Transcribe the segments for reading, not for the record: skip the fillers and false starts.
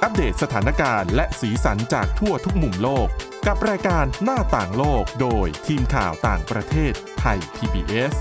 อัปเดตสถานการณ์และสีสันจากทั่วทุกมุมโลกกับรายการหน้าต่างโลกโดยทีมข่าวต่างประเทศไทย PBS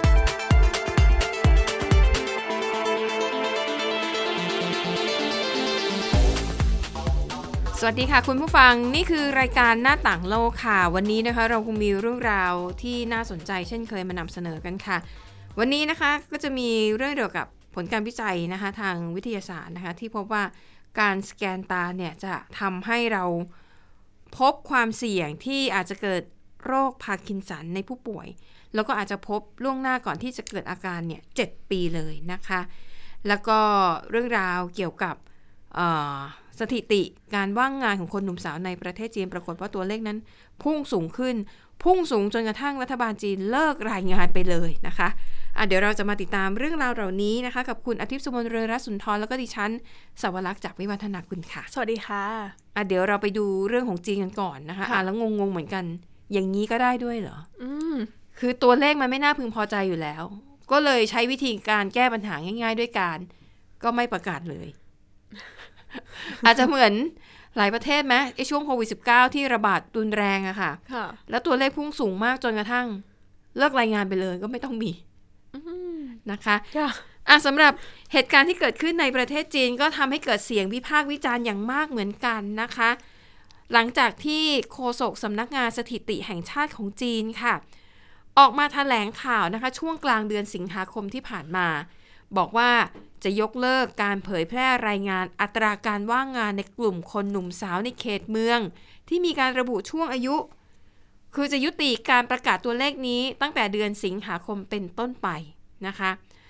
สวัสดีค่ะคุณผู้ฟังนี่คือรายการหน้าต่างโลกค่ะวันนี้นะคะเราคงมีเรื่องราวที่น่าสนใจเช่นเคยมานำเสนอกันค่ะวันนี้นะคะก็จะมีเรื่องเกี่ยวกับผลการวิจัยนะคะทางวิทยาศาสตร์นะคะที่พบว่าการสแกนตาเนี่ยจะทำให้เราพบความเสี่ยงที่อาจจะเกิดโรคพาร์กินสันในผู้ป่วยแล้วก็อาจจะพบล่วงหน้าก่อนที่จะเกิดอาการเนี่ย7 ปีเลยนะคะแล้วก็เรื่องราวเกี่ยวกับสถิติการว่างงานของคนหนุ่มสาวในประเทศจีนปรากฏว่าตัวเลขนั้นพุ่งสูงขึ้นพุ่งสูงจนกระทั่งรัฐบาลจีนเลิกรายงานไปเลยนะคะเดี๋ยวเราจะมาติดตามเรื่องราวเหล่านี้นะคะกับคุณอาทิตย์สุมนเรืองรัตน์สุนทรแล้วก็ดิฉันสวรักษ์จากวิวัฒนาคุณค่ะสวัสดีค่ะเดี๋ยวเราไปดูเรื่องของจีนกันก่อนนะคะแล้วงงเหมือนกันอย่างนี้ก็ได้ด้วยเหรอคือตัวเลขมันไม่น่าพึงพอใจอยู่แล้วก็เลยใช้วิธีการแก้ปัญหาง่ายๆด้วยการก็ไม่ประกาศเลยอาจจะเหมือนหลายประเทศไหมไอ้ช่วงโควิด -19 ที่ระบาดรุนแรงอะค่ะแล้วตัวเลขพุ่งสูงมากจนกระทั่งเลิกรายงานไปเลยก็ไม่ต้องมีนะคะสำหรับเหตุการณ์ที่เกิดขึ้นในประเทศจีนก็ทำให้เกิดเสียงวิพากษ์วิจารณ์อย่างมากเหมือนกันนะคะหลังจากที่โฆษกสำนักงานสถิติแห่งชาติของจีนค่ะออกมาแถลงข่าวนะคะช่วงกลางเดือนสิงหาคมที่ผ่านมาบอกว่าจะยกเลิกการเผยแพร่รายงานอัตราการว่างงานในกลุ่มคนหนุ่มสาวในเขตเมืองที่มีการระบุช่วงอายุคือจะยุติการประกาศตัวเลขนี้ตั้งแต่เดือนสิงหาคมเป็นต้นไปนะคะ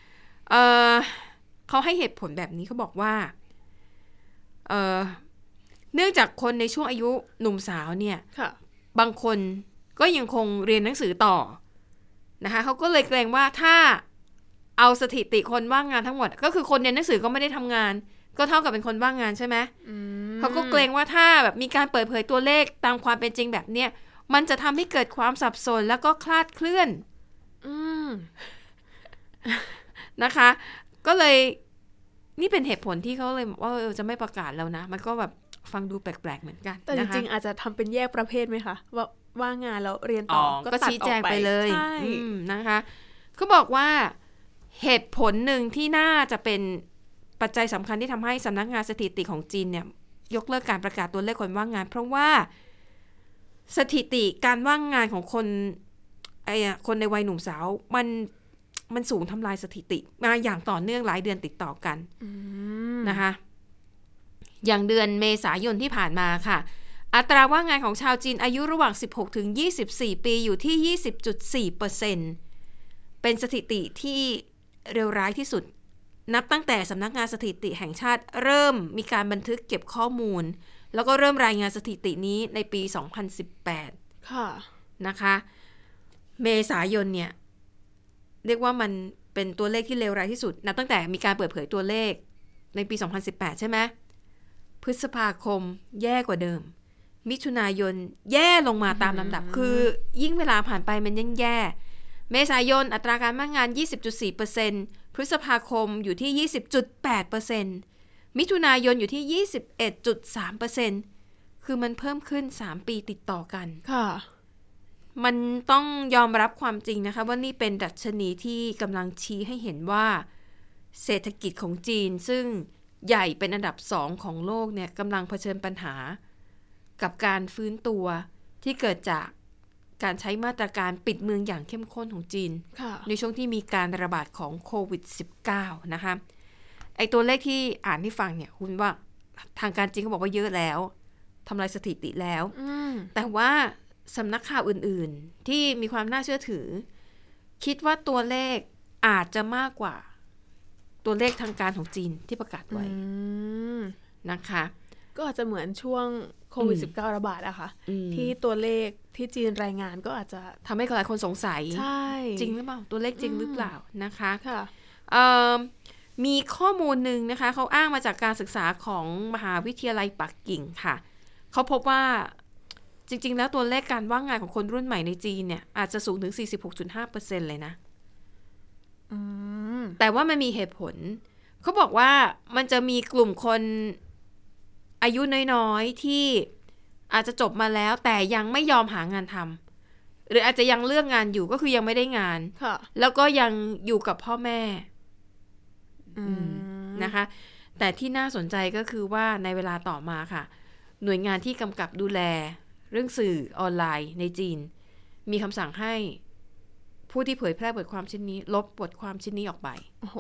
เขาให้เหตุผลแบบนี้เขาบอกว่าเนื่องจากคนในช่วงอายุหนุ่มสาวเนี่ยบางคนก็ยังคงเรียนหนังสือต่อนะคะเขาก็เลยเกรงว่าถ้าเอาสถิติคนว่างงานทั้งหมดก็คือคนเรียนหนังสือก็ไม่ได้ทำงานก็เท่ากับเป็นคนว่างงานใช่ไหมเขาก็เกรงว่าถ้าแบบมีการเปิดเผยตัวเลขตามความเป็นจริงแบบเนี้ยมันจะทำให้เกิดความสับสนแล้วก็คลาดเคลื่อนนะคะก็เลยนี่เป็นเหตุผลที่เขาเลยว่าจะไม่ประกาศแล้วนะมันก็แบบฟังดูแปลกๆเหมือนกันแต่จริงๆอาจจะทำเป็นแยกประเภทไหมคะว่าว่างงานแล้วเรียนต่อก็ชี้แจงไปเลยนะคะเขาบอกว่าเหตุผลหนึ่งที่น่าจะเป็นปัจจัยสำคัญที่ทำให้สำนักงานสถิติของจีนเนี่ยยกเลิกการประกาศตัวเลขคนว่างงานเพราะว่าสถิติการว่างงานของคนในวัยหนุ่มสาวมันสูงทำลายสถิติมาอย่างต่อเนื่องหลายเดือนติดต่อกันนะคะอย่างเดือนเมษายนที่ผ่านมาค่ะอัตราว่างงานของชาวจีนอายุระหว่าง16ถึง24ปีอยู่ที่ 20.4% เป็นสถิติที่เร็วร้ายที่สุดนับตั้งแต่สำนักงานสถิติแห่งชาติเริ่มมีการบันทึกเก็บข้อมูลแล้วก็เริ่มรายงานสถิตินี้ในปี 2018 ค่ะนะคะเมษายนเนี่ยเรียกว่ามันเป็นตัวเลขที่เลวร้ายที่สุดนับตั้งแต่มีการเปิดเผยตัวเลขในปี 2018 ใช่ไหมพฤษภาคมแย่กว่าเดิมมิถุนายนแย่ลงมาตามลำดับคือยิ่งเวลาผ่านไปมันยิ่งแย่เมษายนอัตราการว่างงาน 20.4% พฤษภาคมอยู่ที่ 20.8% มิถุนายนอยู่ที่ 21.3% คือมันเพิ่มขึ้น3ปีติดต่อกันค่ะมันต้องยอมรับความจริงนะคะว่านี่เป็นดัชนีที่กำลังชี้ให้เห็นว่าเศรษฐกิจของจีนซึ่งใหญ่เป็นอันดับ2ของโลกเนี่ยกำลังเผชิญปัญหากับการฟื้นตัวที่เกิดจากการใช้มาตรการปิดเมืองอย่างเข้มข้นของจีนในช่วงที่มีการระบาดของโควิด -19 นะคะไอตัวเลขที่อ่านให้ฟังเนี่ยคุณว่าทางการจีนเขาบอกว่าเยอะแล้วทำลายสถิติแล้วแต่ว่าสำนักข่าวอื่นๆที่มีความน่าเชื่อถือคิดว่าตัวเลขอาจจะมากกว่าตัวเลขทางการของจีนที่ประกาศไว้นะคะก็อาจจะเหมือนช่วงโควิด -19 ระบาดอะค่ะที่ตัวเลขที่จีนรายงานก็อาจจะทำให้หลายคนสงสัยใช่จริงหรือเปล่าตัวเลขจริงหรือเปล่านะคะมีข้อมูลหนึ่งนะคะเขาอ้างมาจากการศึกษาของมหาวิทยาลัยปักกิ่งค่ะเขาพบว่าจริงๆแล้วตัวเลขการว่างงานของคนรุ่นใหม่ในจีนเนี่ยอาจจะสูงถึง 46.5% เลยนะแต่ว่ามันมีเหตุผลเขาบอกว่ามันจะมีกลุ่มคนอายุน้อยๆที่อาจจะจบมาแล้วแต่ยังไม่ยอมหางานทำหรืออาจจะยังเลือกงานอยู่ก็คือยังไม่ได้งานแล้วก็ยังอยู่กับพ่อแม่นะคะแต่ที่น่าสนใจก็คือว่าในเวลาต่อมาค่ะหน่วยงานที่กำกับดูแลเรื่องสื่อออนไลน์ในจีนมีคำสั่งให้ผู้ที่เผยแพร่บทความชิ้นนี้ลบบทความชิ้นนี้ออกไป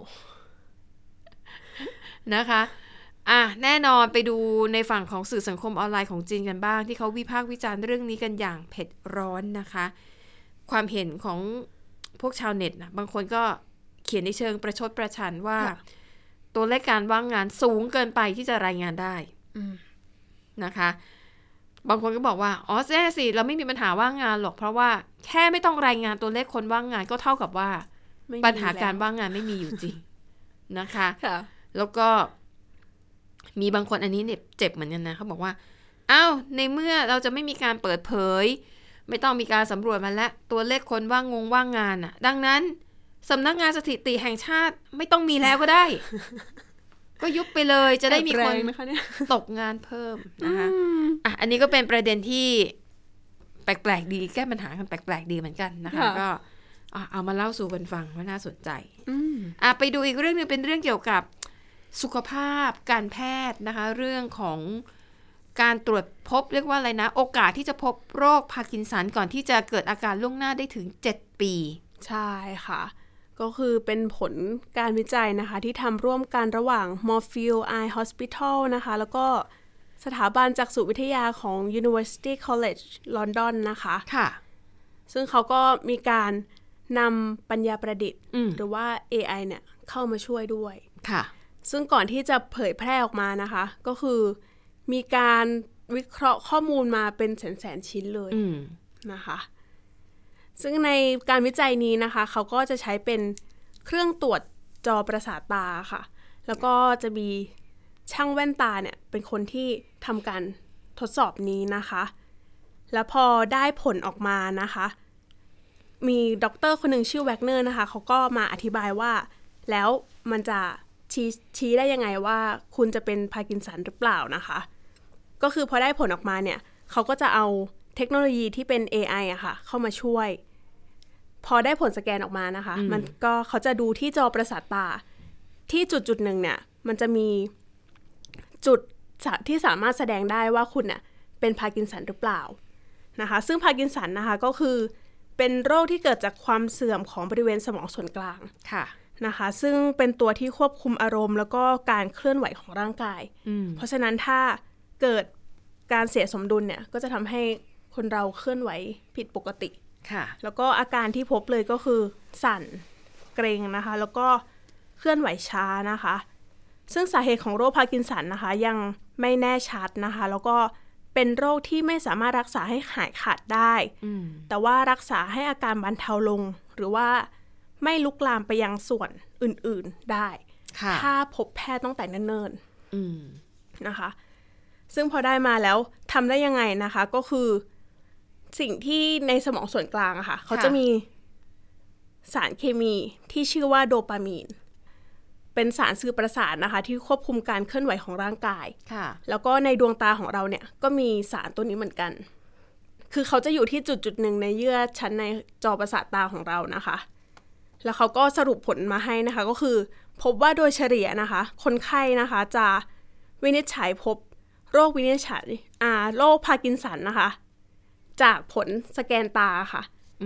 นะคะแน่นอนไปดูในฝั่งของสื่อสังคมออนไลน์ของจีนกันบ้างที่เขาวิพากษ์วิจารณ์เรื่องนี้กันอย่างเผ็ดร้อนนะคะความเห็นของพวกชาวเน็ตนะบางคนก็เขียนในเชิงประชดประชันว่าตัวเลขการว่างงานสูงเกินไปที่จะรายงานได้นะคะบางคนก็บอกว่าแน่สิเราไม่มีปัญหาว่างงานหรอกเพราะว่าแค่ไม่ต้องรายงานตัวเลขคนว่างงานก็เท่ากับว่าปัญหาการว่างงานไม่มีอยู่จริงนะคะแล้วก็มีบางคนอันนี้เนี่ยเจ็บเหมือนกันนะเขาบอกว่าในเมื่อเราจะไม่มีการเปิดเผยไม่ต้องมีการสำรวจมาแล้วตัวเลขคนว่างงานดังนั้นสำนักงานสถิติแห่งชาติไม่ต้องมีแล้วก็ได้ ก็ยุบไปเลยจะได้มีคนตกงานเพิ่มนะคะอันนี้ก็เป็นประเด็นที่แปลกๆดีแก้ปัญหากันแปลกๆดีเหมือนกันนะคะก็เอามาเล่าสู่กันฟังว่าน่าสนใจไปดูอีกเรื่องนึงเป็นเรื่องเกี่ยวกับสุขภาพการแพทย์นะคะเรื่องของการตรวจพบเรียกว่าอะไรนะโอกาสที่จะพบโรคพาร์กินสันก่อนที่จะเกิดอาการล่วงหน้าได้ถึง7 ปีใช่ค่ะก็คือเป็นผลการวิจัยนะคะที่ทำร่วมกันระหว่าง Moorfields Eye Hospital นะคะแล้วก็สถาบันจักษุวิทยาของ University College London นะคะค่ะซึ่งเขาก็มีการนำปัญญาประดิษฐ์หรือว่า AI เนี่ยเข้ามาช่วยด้วยค่ะซึ่งก่อนที่จะเผยแพร่ออกมานะคะก็คือมีการวิเคราะห์ข้อมูลมาเป็นแสนชิ้นเลยนะคะซึ่งในการวิจัยนี้นะคะเขาก็จะใช้เป็นเครื่องตรวจจอประสาทตาค่ะแล้วก็จะมีช่างแว่นตาเนี่ยเป็นคนที่ทำการทดสอบนี้นะคะแล้วพอได้ผลออกมานะคะมีด็อกเตอร์คนหนึ่งชื่อแวกเนอร์นะคะเขาก็มาอธิบายว่าแล้วมันจะชี้ได้ยังไงว่าคุณจะเป็นพาร์กินสันหรือเปล่านะคะก็คือพอได้ผลออกมาเนี่ยเขาก็จะเอาเทคโนโลยีที่เป็น AI อะค่ะเข้ามาช่วยพอได้ผลสแกนออกมานะคะมันก็เขาจะดูที่จอประสาทตาที่จุดหนึ่งเนี่ยมันจะมีจุดที่สามารถแสดงได้ว่าคุณน่ะเป็นพาร์กินสันหรือเปล่านะคะซึ่งพาร์กินสันนะคะก็คือเป็นโรคที่เกิดจากความเสื่อมของบริเวณสมองส่วนกลางค่ะนะคะซึ่งเป็นตัวที่ควบคุมอารมณ์แล้วก็การเคลื่อนไหวของร่างกายเพราะฉะนั้นถ้าเกิดการเสียสมดุลเนี่ยก็จะทำให้คนเราเคลื่อนไหวผิดปกติค่ะแล้วก็อาการที่พบเลยก็คือสั่นเกร็งนะคะแล้วก็เคลื่อนไหวช้านะคะซึ่งสาเหตุของโรคพาร์กินสันนะคะยังไม่แน่ชัดนะคะแล้วก็เป็นโรคที่ไม่สามารถรักษาให้หายขาดได้แต่ว่ารักษาให้อาการบรรเทาลงหรือว่าไม่ลุกลามไปยังส่วนอื่นๆได้ถ้าพบแพทย์ตั้งแต่เนิ่นๆนะคะซึ่งพอได้มาแล้วทำได้ยังไงนะคะก็คือสิ่งที่ในสมองส่วนกลางอะค่ะเขาจะมีสารเคมีที่ชื่อว่าโดปามีนเป็นสารสื่อประสาทนะคะที่ควบคุมการเคลื่อนไหวของร่างกายแล้วก็ในดวงตาของเราเนี่ยก็มีสารตัวนี้เหมือนกันคือเขาจะอยู่ที่จุดหนึ่งในเยื่อชั้นในจอประสาทตาของเรานะคะแล้วเขาก็สรุปผลมาให้นะคะก็คือพบว่าโดยเฉลี่ยนะคะคนไข้นะคะจะวินิจฉัยพบโรควินิจฉัยโรคพาร์กินสันนะคะจากผลสแกนตาค่ะ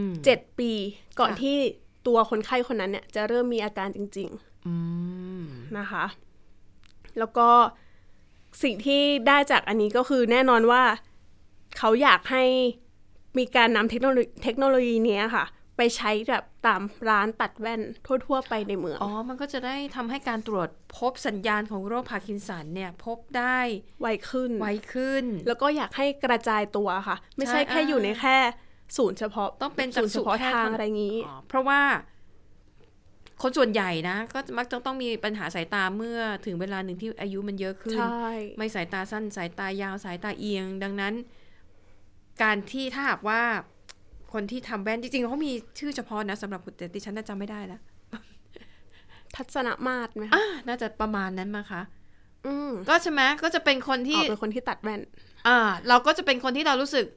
7 ปีก่อนที่ตัวคนไข้คนนั้นเนี่ยจะเริ่มมีอาการจริงๆนะคะแล้วก็สิ่งที่ได้จากอันนี้ก็คือแน่นอนว่าเขาอยากให้มีการนำเทคโนโลยีนี้ค่ะไปใช้แบบตามร้านตัดแว่นทั่วๆไปในเมืองมันก็จะได้ทำให้การตรวจพบสัญญาณของโรคพาร์กินสันเนี่ยพบได้ไวขึ้นแล้วก็อยากให้กระจายตัวค่ะไม่ใช่แค่อยู่ในแค่ศูนย์เฉพาะต้องเป็นศูนย์เฉพาะทางอะไรงี้เพราะว่าคนส่วนใหญ่นะก็มักจะต้องมีปัญหาสายตาเมื่อถึงเวลาหนึ่งที่อายุมันเยอะขึ้นไม่สายตาสั้นสายตายาวสายตาเอียงดังนั้นการที่ถ้าหากว่าคนที่ทำแว่นจริงๆเขามีชื่อเฉพาะนะสำหรับคุณแต่ดิฉันน่าจำไม่ได้แล้วทัศนมาตรไหมน่าจะประมาณนั้นมั้งคะก็ใช่ไหมก็จะเป็นคนที่เป็นคนที่ตัดแว่นเราก็จะเป็นคนที่เรารู้สึก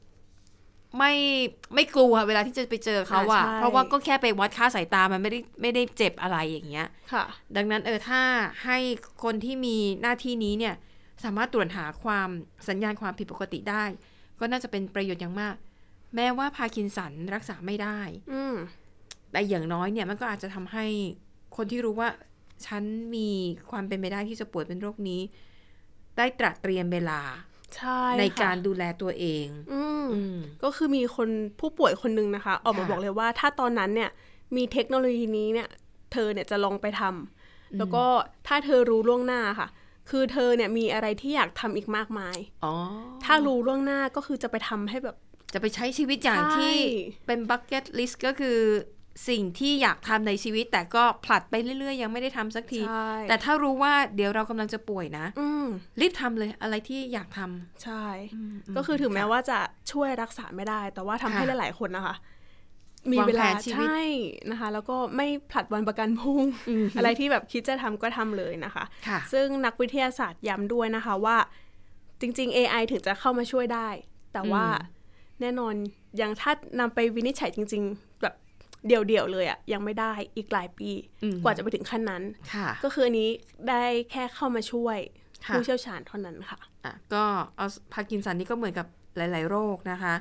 ไม่กลัวเวลาที่จะไปเจอเขาอะเพราะว่าก็แค่ไปวัดค่าสายตามันไม่ได้เจ็บอะไรอย่างเงี้ยดังนั้นถ้าให้คนที่มีหน้าที่นี้เนี่ยสามารถตรวจหาความสัญญาณความผิดปกติได้ก็น่าจะเป็นประโยชน์อย่างมากแม้ว่าพาร์กินสันรักษาไม่ได้แต่อย่างน้อยเนี่ยมันก็อาจจะทำให้คนที่รู้ว่าฉันมีความเป็นไปได้ที่จะป่วยเป็นโรคนี้ได้ตระเตรียมเวลาในการดูแลตัวเองก็คือมีผู้ป่วยคนนึงนะคะออกมาบอกเลยว่าถ้าตอนนั้นเนี่ยมีเทคโนโลยีนี้เนี่ยเธอเนี่ยจะลองไปทำแล้วก็ถ้าเธอรู้ล่วงหน้าค่ะคือเธอเนี่ยมีอะไรที่อยากทำอีกมากมายถ้ารู้ล่วงหน้าก็คือจะไปทำให้แบบจะไปใช้ชีวิตอย่างที่เป็น bucket list ก็คือสิ่งที่อยากทำในชีวิตแต่ก็ผลัดไปเรื่อยๆยังไม่ได้ทำสักทีแต่ถ้ารู้ว่าเดี๋ยวเรากำลังจะป่วยนะรีบทำเลยอะไรที่อยากทำใช่ก็คือถึงแม้ว่าจะช่วยรักษาไม่ได้แต่ว่าทำให้หลายๆคนนะคะมีเวลาใช่นะคะแล้วก็ไม่ผลัดวันประกันพรุ่ง อะไรที่แบบคิดจะทำก็ทำเลยนะคะซึ่งนักวิทยาศาสตร์ย้ำด้วยนะคะว่าจริงๆ AI ถึงจะเข้ามาช่วยได้แต่ว่าแน่นอนยังถ้านำไปวินิจฉัยจริงๆแบบเดี่ยวๆเลยอ่ะยังไม่ได้อีกหลายปีกว่าจะไปถึงขั้นนั้นก็คืออันนี้ได้แค่เข้ามาช่วยผู้เชี่ยวชาญเท่านั้นค่ะก็เอาพาร์กินสันนี่ก็เหมือนกับหลายๆโรคนะคะ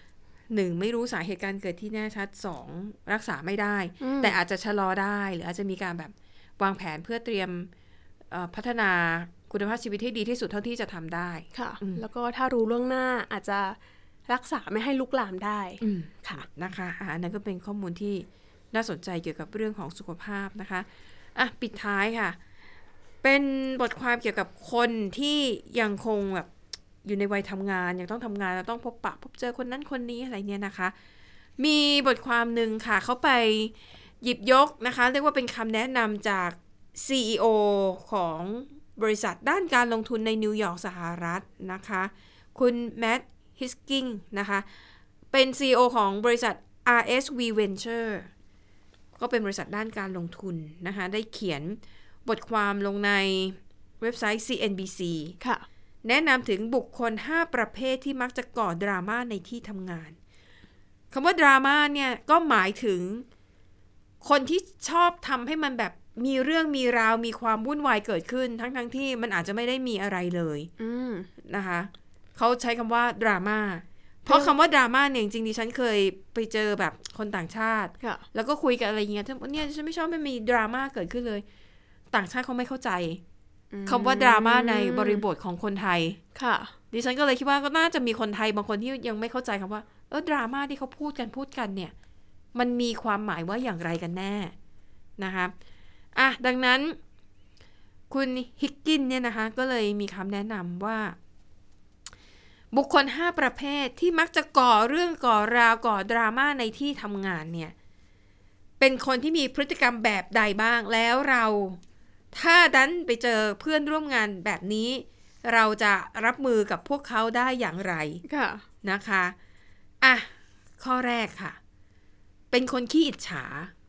1ไม่รู้สาเหตุการเกิดที่แน่ชัด2รักษาไม่ได้แต่อาจจะชะลอได้หรืออาจจะมีการแบบวางแผนเพื่อเตรียมพัฒนาคุณภาพชีวิตให้ดีที่สุดเท่าที่จะทำได้ค่ะแล้วก็ถ้ารู้ล่วงหน้าอาจจะรักษาไม่ให้ลุกลามได้ค่ะนะคะอันนั้นก็เป็นข้อมูลที่น่าสนใจเกี่ยวกับเรื่องของสุขภาพนะคะปิดท้ายค่ะเป็นบทความเกี่ยวกับคนที่ยังคงแบบอยู่ในวัยทำงานยังต้องทำงานแล้วต้องพบเจอคนนั้นคนนี้อะไรเนี่ยนะคะมีบทความหนึ่งค่ะเขาไปหยิบยกนะคะเรียกว่าเป็นคำแนะนำจาก CEO ของบริษัทด้านการลงทุนในนิวยอร์กสหรัฐนะคะคุณแมทฮิสกิงนะคะเป็น CEO ของบริษัท RSV Venture ก็เป็นบริษัทด้านการลงทุนนะคะได้เขียนบทความลงในเว็บไซต์ CNBC ค่ะแนะนำถึงบุคคล5ประเภทที่มักจะก่อดราม่าในที่ทำงานคำว่าดราม่าเนี่ยก็หมายถึงคนที่ชอบทำให้มันแบบมีเรื่องมีราวมีความวุ่นวายเกิดขึ้นทั้งที่มันอาจจะไม่ได้มีอะไรเลยนะคะเขาใช้คำว่าดราม่าเพราะคำว่าดราม่าเนี่ยจริงๆดิฉันเคยไปเจอแบบคนต่างชาติแล้วก็คุยกันอะไรอย่างเงี้ยเนี่ยฉันไม่ชอบไม่มีดราม่าเกิดขึ้นเลยต่างชาติเขาไม่เข้าใจคำว่าดราม่าในบริบทของคนไทยค่ะดิฉันก็เลยคิดว่าก็น่าจะมีคนไทยบางคนที่ยังไม่เข้าใจคำว่าดราม่าที่เขาพูดกันเนี่ยมันมีความหมายว่าอย่างไรกันแน่นะคะดังนั้นคุณฮิกกินเนี่ยนะคะก็เลยมีคำแนะนำว่าบุคคล5ประเภทที่มักจะก่อเรื่องก่อราวก่อดราม่าในที่ทำงานเนี่ยเป็นคนที่มีพฤติกรรมแบบใดบ้างแล้วเราถ้าดันไปเจอเพื่อนร่วมงานแบบนี้เราจะรับมือกับพวกเขาได้อย่างไรนะคะข้อแรกค่ะเป็นคนขี้อิจฉา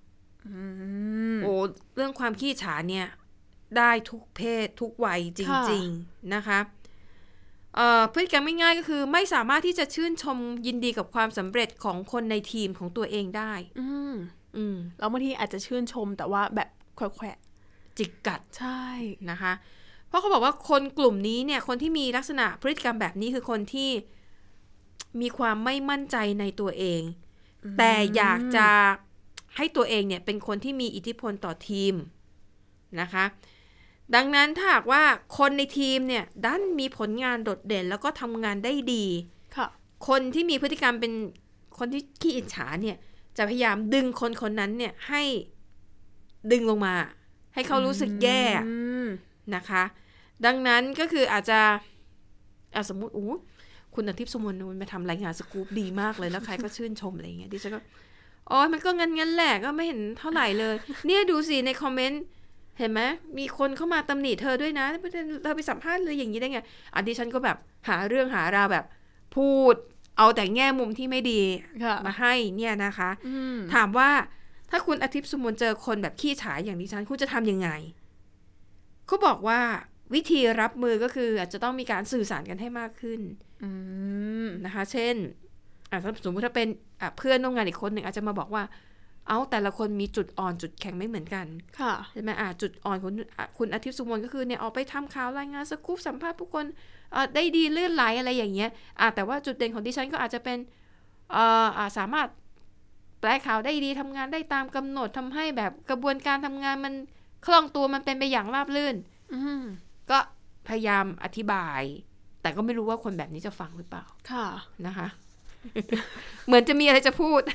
เรื่องความขี้อิจฉาเนี่ยได้ทุกเพศทุกวัยจริงๆนะคะพฤติกรรมง่ายๆก็คือไม่สามารถที่จะชื่นชมยินดีกับความสำเร็จของคนในทีมของตัวเองได้แล้วบางทีอาจจะชื่นชมแต่ว่าแบบแขวะจิกกัดใช่นะคะเพราะเขาบอกว่าคนกลุ่มนี้เนี่ยคนที่มีลักษณะพฤติกรรมแบบนี้คือคนที่มีความไม่มั่นใจในตัวเองแต่อยากจะให้ตัวเองเนี่ยเป็นคนที่มีอิทธิพลต่อทีมนะคะดังนั้นถ้าหากว่าคนในทีมเนี่ยดันมีผลงานโดดเด่นแล้วก็ทำงานได้ดีคนที่มีพฤติกรรมเป็นคนที่ขี้อิจฉาเนี่ยจะพยายามดึงคนนั้นเนี่ยให้ดึงลงมาให้เขารู้สึกแย่นะคะดังนั้นก็คืออาจจะสมมุติคุณอาทิตย์สุมนมาทำรายงานสกู๊ปดีมากเลยแล้วใครก็ชื่นชมอะไรอย่างเงี้ยดิฉันก็มันก็งั้นแหละก็ไม่เห็นเท่าไหร่เลยเนี่ยดูสิในคอมเมนต์เห็นไหมมีคนเข้ามาตำหนิเธอด้วยนะเธอไปสัมภาษณ์เลยอย่างนี้ได้ไงดิฉันก็แบบหาเรื่องหาราวแบบพูดเอาแต่แง่มุมที่ไม่ดีมาให้เนี่ยนะคะถามว่าถ้าคุณอาทิตย์สุมนเจอคนแบบขี้ฉาอย่างดิฉันคุณจะทำยังไงเขาบอกว่าวิธีรับมือก็คืออาจจะต้องมีการสื่อสารกันให้มากขึ้นนะคะเช่นสมมติถ้าเป็นเพื่อนร่วมงานอีกคนหนึ่งอาจจะมาบอกว่าแต่ละคนมีจุดอ่อนจุดแข็งไม่เหมือนกันใช่ไหมจุดอ่อนของคุณอาทิตย์สุวรรณก็คือเนี่ยออกไปทำข่าวรายงานสกู๊ปสัมภาษณ์ผู้คนได้ดีเลื่อนไหลอะไรอย่างเงี้ยแต่ว่าจุดเด่นของดิฉันก็อาจจะเป็นสามารถแปลข่าวได้ดีทำงานได้ตามกำหนดทำให้แบบกระบวนการทำงานมันคล่องตัวมันเป็นไปอย่างราบรื่นก็พยายามอธิบายแต่ก็ไม่รู้ว่าคนแบบนี้จะฟังหรือเปล่าค่ะนะคะ เหมือนจะมีอะไรจะพูด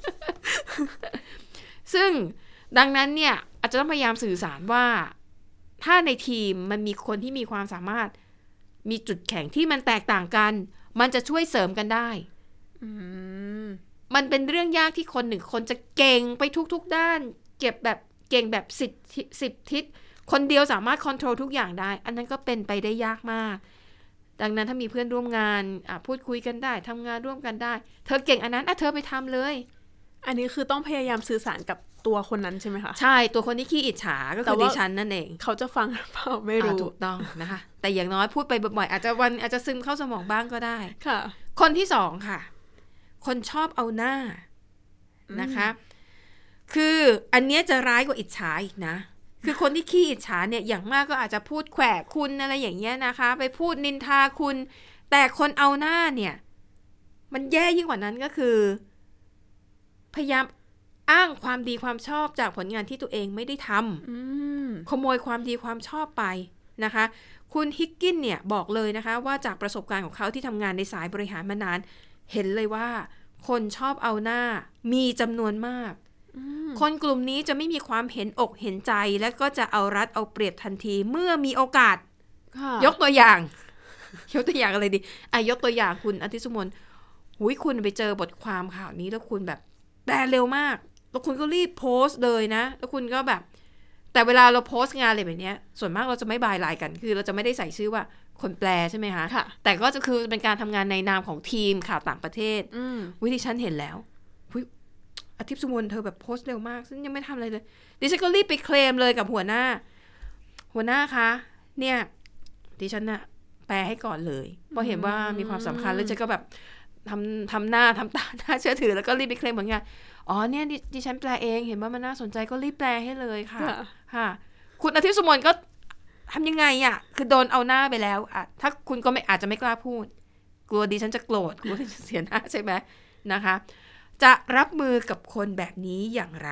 ซึ่งดังนั้นเนี่ยอาจจะต้องพยายามสื่อสารว่าถ้าในทีมมันมีคนที่มีความสามารถมีจุดแข็งที่มันแตกต่างกันมันจะช่วยเสริมกันได้มันเป็นเรื่องยากที่คนหนึ่งคนจะเก่งไปทุกๆด้านเก็บแบบเก่งแบบ10 ทิศคนเดียวสามารถคอนโทรลทุกอย่างได้อันนั้นก็เป็นไปได้ยากมากดังนั้นถ้ามีเพื่อนร่วมงานพูดคุยกันได้ทำงานร่วมกันได้เธอเก่งอันนั้นเธอไปทำเลยอันนี้คือต้องพยายามสื่อสารกับตัวคนนั้นใช่ไหมคะใช่ตัวคนที่ขี้อิจฉาก็คือดิฉันนั่นเองเขาจะฟังหรือเปล่าไม่รู้ถูกต้องนะคะแต่อย่างน้อยพูดไปบ่อยๆอาจจะซึมเข้าสมองบ้างก็ได้ค่ะคนที่สองค่ะคนชอบเอาหน้านะคะคืออันนี้จะร้ายกว่าอิจฉาอีกนะคือคนที่ขี้อิจฉาเนี่ยอย่างมากก็อาจจะพูดแขวะคุณอะไรอย่างเงี้ยนะคะไปพูดนินทาคุณแต่คนเอาหน้าเนี่ยมันแย่ยิ่งกว่านั้นก็คือพยายามอ้างความดีความชอบจากผลงานที่ตัวเองไม่ได้ทำขโมยความดีความชอบไปนะคะคุณฮิกกินเนี่ยบอกเลยนะคะว่าจากประสบการณ์ของเขาที่ทำงานในสายบริหารมานานเห็นเลยว่าคนชอบเอาหน้ามีจำนวนมากคนกลุ่มนี้จะไม่มีความเห็นอกเห็นใจและก็จะเอารัดเอาเปรียบทันทีเมื่อมีโอกาสยกตัวอย่างอะไรดียกตัวอย่างคุณอาทิตย์สุมนคุณไปเจอบทความข่าวนี้แล้วคุณแบบแปลเร็วมากแล้วคุณก็รีบโพสต์เลยนะแล้วคุณก็แบบแต่เวลาเราโพสต์งานอะไรแบบนี้ส่วนมากเราจะไม่บายไลน์กันคือเราจะไม่ได้ใส่ชื่อว่าคนแปลใช่ไหมคะแต่ก็จะคือเป็นการทำงานในนามของทีมข่าวต่างประเทศดิฉันเห็นแล้วอาทิตย์สุวรรณเธอแบบโพสต์เร็วมากซึ่งยังไม่ทำอะไรเลยดิฉันก็รีบไปเคลมเลยกับหัวหน้าคะเนี่ยดิฉันน่ะแปลให้ก่อนเลยเพราะเห็นว่ามีความสำคัญแล้วฉันก็แบบทำหน้าทำตาน่าเชื่อถือแล้วก็รีบไปเคลมเหมือนกันเนี่ยดิฉันแปลเองเห็นว่ามันน่าสนใจก็รีบแปลให้เลยค่ะคุณอาทิตย์สุวรรณก็ทำยังไงคือโดนเอาหน้าไปแล้วถ้าคุณก็ไม่อาจจะไม่กล้าพูดกลัวดิฉันจะโกรธกลัวดิฉันเสียหน้าใช่ไหมนะคะจะรับมือกับคนแบบนี้อย่างไร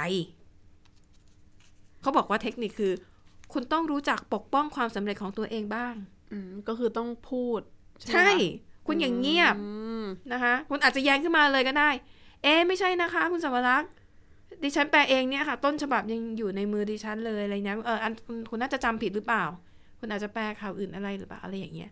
เขาบอกว่าเทคนิคคือคุณต้องรู้จักปกป้องความสำเร็จของตัวเองบ้างก็คือต้องพูดใช่คุณอย่างเงียบนะคะคุณอาจจะแย้งขึ้นมาเลยก็ได้ไม่ใช่นะคะคุณสวรักษ์ดิฉันแปลเองเนี่ยค่ะต้นฉบับยังอยู่ในมือดิฉันเลยอะไรเนี้ยคุณน่าจะจำผิดหรือเปล่าคุณอาจจะแปลข่าวอื่นอะไรหรือเปล่าอะไรอย่างเงี้ย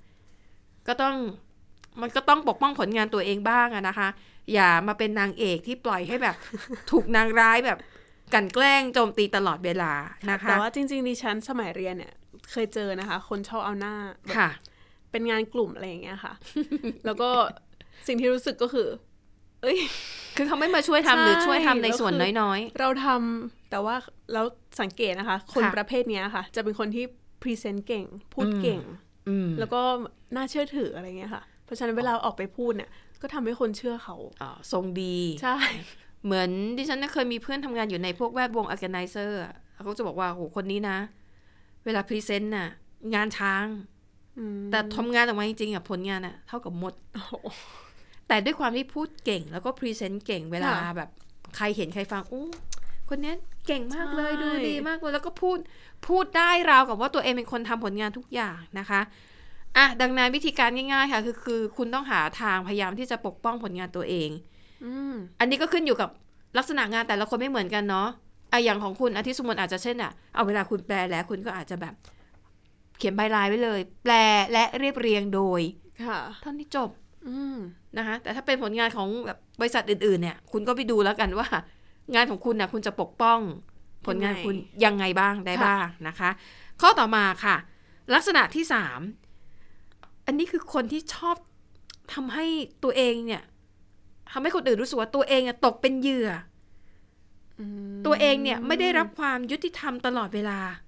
มันก็ต้องปกป้องผลงานตัวเองบ้างนะคะอย่ามาเป็นนางเอกที่ปล่อยให้แบบ ถูกนางร้ายแบบกลั่นแกล้งโจมตีตลอดเวลานะคะแต่ว่าจริงๆดิฉันสมัยเรียนเนี่ยเคยเจอนะคะคนชอบเอาหน้าค่ะเป็นงานกลุ่มอะไรอย่างเงี้ยค่ะ แล้วก็สิ่งที่รู้สึกก็คือคือเขาไม่มาช่วยทำหรือช่วยทำในส่วนน้อยๆเราทำแต่ว่าแล้วสังเกตนะคะคนประเภทนี้ค่ะจะเป็นคนที่พรีเซนต์เก่งพูดเก่งแล้วก็น่าเชื่อถืออะไรเงี้ยค่ะเพราะฉะนั้นเวลาออกไปพูดเนี่ยก็ทำให้คนเชื่อเขาทรงดีใช่เหมือนดิฉันเคยมีเพื่อนทำงานอยู่ในพวกแวดวง organizer เขาจะบอกว่าโหคนนี้นะเวลาพรีเซนต์น่ะงานช้างแต่ทำงานออกมาจริงๆผลงานน่ะเท่ากับมดแต่ด้วยความที่พูดเก่งแล้วก็พรีเซนต์เก่งเวลาแบบใครเห็นใครฟังคนนี้เก่งมากเลยดูดีมากเลยแล้วก็พูดได้ราวกับว่าตัวเองเป็นคนทำผลงานทุกอย่างนะคะดังนั้นวิธีการง่ายๆค่ะคือคุณต้องหาทางพยายามที่จะปกป้องผลงานตัวเองอันนี้ก็ขึ้นอยู่กับลักษณะงานแต่ละคนไม่เหมือนกันเนาะอย่างของคุณอาทิตย์สุวรรณอาจจะเช่นเอาเวลาคุณแปลแล้วคุณก็อาจจะแบบเขียนใบลายไว้เลยแปลและเรียบเรียงโดยเท่านี้จบนะคะแต่ถ้าเป็นผลงานของแบบบริษัทอื่นๆเนี่ยคุณก็ไปดูแล้วกันว่างานของคุณนะคุณจะปกป้องผลงานคุณยังไงบ้างได้บ้างนะคะข้อต่อมาค่ะลักษณะที่3อันนี้คือคนที่ชอบทำให้ตัวเองเนี่ยทำให้คนอื่นรู้สึกว่าตัวเองตกเป็นเหยื่อตัวเองเนี่ยไม่ได้รับความยุติธรรมตลอดเวลา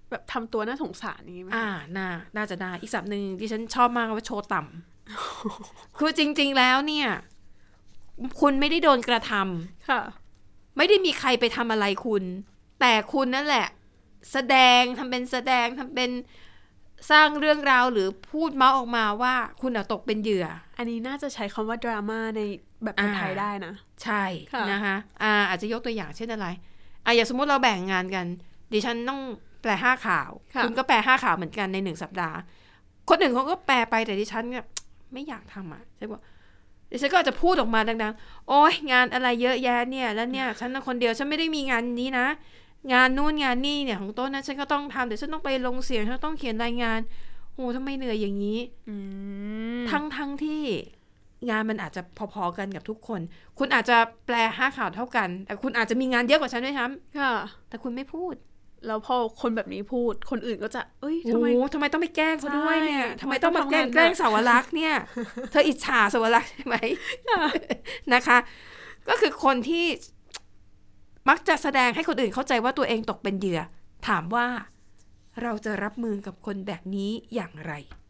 แบบทำตัวน่าสงสารนี้ไหมน่าจะได้อีกศัพท์หนึ่งที่ฉันชอบมากว่าโชว์ต่ำ คือจริงๆแล้วเนี่ยคุณไม่ได้โดนกระทำค่ะไม่ได้มีใครไปทำอะไรคุณแต่คุณนั่นแหละแสดงทำเป็นสร้างเรื่องราวหรือพูดเมาส์ออกมาว่าคุณตกเป็นเหยื่ออันนี้น่าจะใช้คำว่าดราม่าในแบบไทยได้นะใช่นะคะอาจจะยกตัวอย่างเช่นอะไรอย่างสมมติเราแบ่งงานกันดิฉันต้องแปล5 ข่าวคุณก็แปล5 ข่าวเหมือนกันใน1 สัปดาห์คนอื่นเขาก็แปลไปแต่ดิฉันเนี่ยไม่อยากทำใช่ปะดิฉันก็อาจจะพูดออกมาดังๆโอ๊ยงานอะไรเยอะแยะเนี่ยแล้วเนี่ยฉันคนเดียวฉันไม่ได้มีงานนี้นะงานนู่นงานนี่เนี่ยของต้นนะฉันก็ต้องทำเดี๋ยวฉันต้องไปลงเสียงฉันต้องเขียนรายงานโหทำไมเหนื่อยอย่างนี้ทั้งที่งานมันอาจจะพอๆกันกับทุกคนคุณอาจจะแปล5 ข่าวเท่ากันแต่คุณอาจจะมีงานเยอะกว่าฉันด้วยซ้ำแต่คุณไม่พูดแล้วพอคนแบบนี้พูดคนอื่นก็จะทำไมต้องไปแกล้งเขาด้วยเนี่ยทำไมต้องมาแกล้งสาวรักษ์เนี่ยเธออิจฉาสาวรักษ์ใช่ไหมนะคะก็คือคนที่มักจะแสดงให้คนอื่นเข้าใจว่าตัวเองตกเป็นเหยื่อถามว่าเราจะรับมือกับคนแบบนี้อย่างไร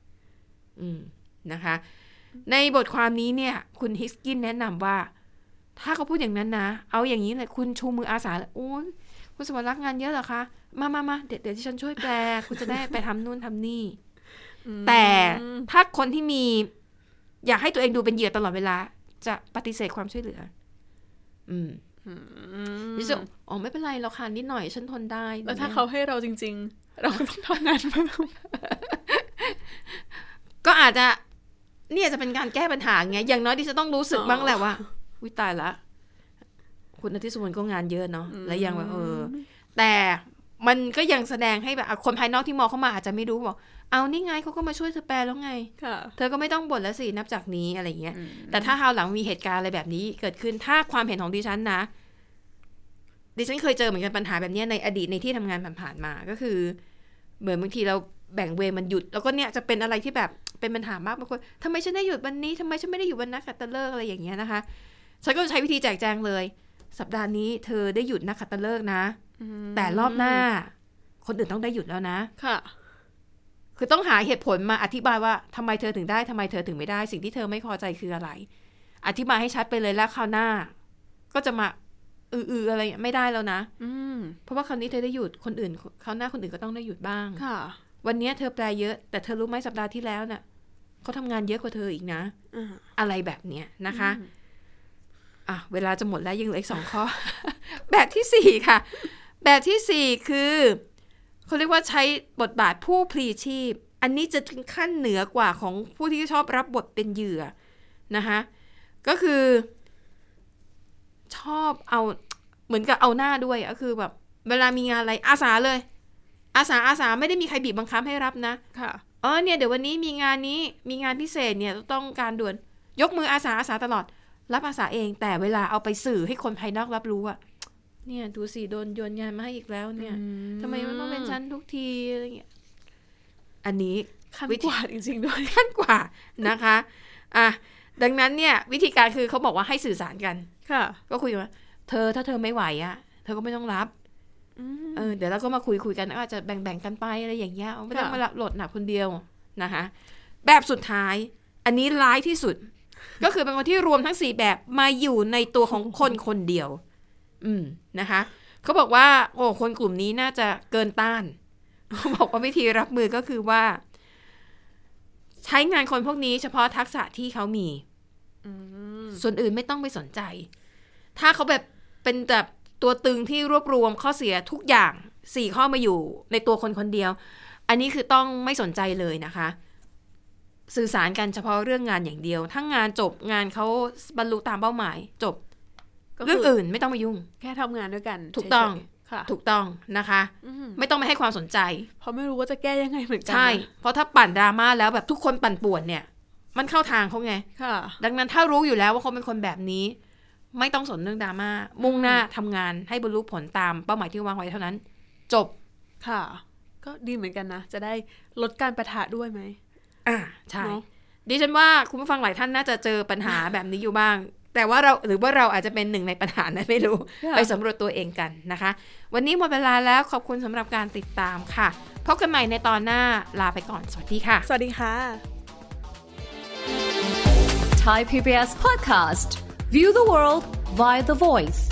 นะคะในบทความนี้เนี่ยคุณฮิสกินแนะนำว่าถ้าเขาพูดอย่างนั้นนะเอาอย่างนี้เลยคุณชูมืออาสาเลยโอ้ยคุณสวรรค์งานเยอะเหรอคะมาเดี๋ยวที่ฉันช่วยแปลคุณจะได้ไปทำนู่นทำนี่แต่ถ้าคนที่มีอยากให้ตัวเองดูเป็นเหยื่อตลอดเวลาจะปฏิเสธความช่วยเหลือดิฉันไม่เป็นไรเราค่ะนิดหน่อยฉันทนได้แล้วถ้าเขาให้เราจริงๆเราต้องทำงานเพิ่มก็อาจจะเนี่ยจะเป็นการแก้ปัญหาไงอย่างน้อยดิฉันต้องรู้สึกบ้างแหละว่าวิตายละคุณอาทิตย์สุวรรณก็งานเยอะเนาะและยังแบบแต่มันก็ยังแสดงให้แบบคนภายนอกที่มองเข้ามาอาจจะไม่รู้บอกเอานี่ไงเขาก็มาช่วยเธอแปลแล้วไงเธอก็ไม่ต้องบ่นแล้วสินับจากนี้อะไรเงี้ยแต่ถ้าคราวหลังมีเหตุการณ์อะไรแบบนี้เกิดขึ้นถ้าความเห็นของดิฉันนะดิฉันเคยเจอเหมือนกันปัญหาแบบนี้ในอดีตในที่ทำงานผ่านๆมาก็คือเหมือนบางทีเราแบ่งเวรมันหยุดแล้วก็เนี่ยจะเป็นอะไรที่แบบเป็นปัญหามากบางคนทำไมฉันได้หยุดวันนี้ทำไมฉันไม่ได้หยุดวันนักขัตฤกษ์อะไรอย่างเงี้ยนะคะฉันก็ใช้วิธีแจกแจงเลยสัปดาห์นี้เธอได้หยุดนักขัตฤกษ์นะแต่รอบหน้าคนอื่นต้องได้หยุดแล้วนะค่ะคือต้องหาเหตุผลมาอธิบายว่าทำไมเธอถึงได้ทำไมเธอถึงไม่ได้สิ่งที่เธอไม่พอใจคืออะไรอธิบายให้ชัดไปเลยแล้วคราวหน้าก็จะมาอะไรไม่ได้แล้วนะเพราะว่าคราวนี้เธอได้หยุดคนอื่นคราวหน้าคนอื่นก็ต้องได้หยุดบ้างค่ะวันนี้เธอแปลเยอะแต่เธอรู้ไหมสัปดาห์ที่แล้วน่ะเขาทำงานเยอะกว่าเธออีกนะอะไรแบบเนี้ยนะคะเวลาจะหมดแล้วยังเหลืออีก2 ข้อ แบบที่4ค่ะแบบที่4คือเขาเรียกว่าใช้บทบาทผู้พลีชีพอันนี้จะถึงขั้นเหนือกว่าของผู้ที่ชอบรับบทเป็นเหยื่อนะคะก็คือชอบเอาเหมือนกับเอาหน้าด้วยก็คือแบบเวลามีงานอะไรอาสาเลยอาสาไม่ได้มีใครบีบบังคับให้รับนะค่ะเนี่ยเดี๋ยววันนี้มีงานพิเศษเนี่ยต้องการด่วนยกมืออาสาตลอดรับอาสาเองแต่เวลาเอาไปสื่อให้คนภายนอกรับรู้อะเนี่ยดูสิโดนโยนงานมาให้อีกแล้วเนี่ยทำไมมันต้องเป็นฉันทุกทีอะไรเงี้ยอันนี้ขั้นกว่าจริงๆด้วยขั้นกว่านะคะดังนั้นเนี่ยวิธีการคือเขาบอกว่าให้สื่อสารกันค่ะก็คุยว่าถ้าเธอไม่ไหวอะเธอก็ไม่ต้องรับเดี๋ยวเราก็มาคุยกันอาจจะแบ่งกันไปอะไรอย่างเงี้ยไม่ต้องมารับโหลดหนักคนเดียวนะคะแบบสุดท้ายอันนี้ร้ายที่สุด ก็คือเป็นคนที่รวมทั้ง4แบบมาอยู่ในตัวของคนเดียวนะคะเขาบอกว่าคนกลุ่มนี้น่าจะเกินต้านเขาบอกว่าวิธีรับมือก็คือว่าใช้งานคนพวกนี้เฉพาะทักษะที่เขามีส่วนอื่นไม่ต้องไปสนใจถ้าเขาแบบเป็นแบบตัวตึงที่รวบรวมข้อเสียทุกอย่าง4 ข้อมาอยู่ในตัวคนเดียวอันนี้คือต้องไม่สนใจเลยนะคะสื่อสารกันเฉพาะเรื่องงานอย่างเดียวถ้างานจบงานเขาบรรลุตามเป้าหมายจบเรื่องอื่นไม่ต้องมายุ่งแค่ทำงานด้วยกันถูกต้องถูกต้องนะคะไม่ต้องไปให้ความสนใจเพราะไม่รู้ว่าจะแก้ยังไงเหมือนกันใช่เพราะถ้าปั่นดราม่าแล้วแบบทุกคนปั่นป่วนเนี่ยมันเข้าทางเขาไงดังนั้นถ้ารู้อยู่แล้วว่าเขาเป็นคนแบบนี้ไม่ต้องสนเรื่องดราม่ามุ่งหน้าทำงานให้บรรลุผลตามเป้าหมายที่วางไว้เท่านั้นจบค่ะก็ดีเหมือนกันนะจะได้ลดการปะทะด้วยไหมใช่ดิฉันว่าคุณผู้ฟังหลายท่านน่าจะเจอปัญหาแบบนี้อยู่บ้างแต่ว่าเราอาจจะเป็นหนึ่งในปัญหานะไม่รู้ ไปสำรวจตัวเองกันนะคะวันนี้หมดเวลาแล้วขอบคุณสำหรับการติดตามค่ะพบกันใหม่ในตอนหน้าลาไปก่อนสวัสดีค่ะสวัสดีค่ะ Thai PBS podcast View the world via The Voice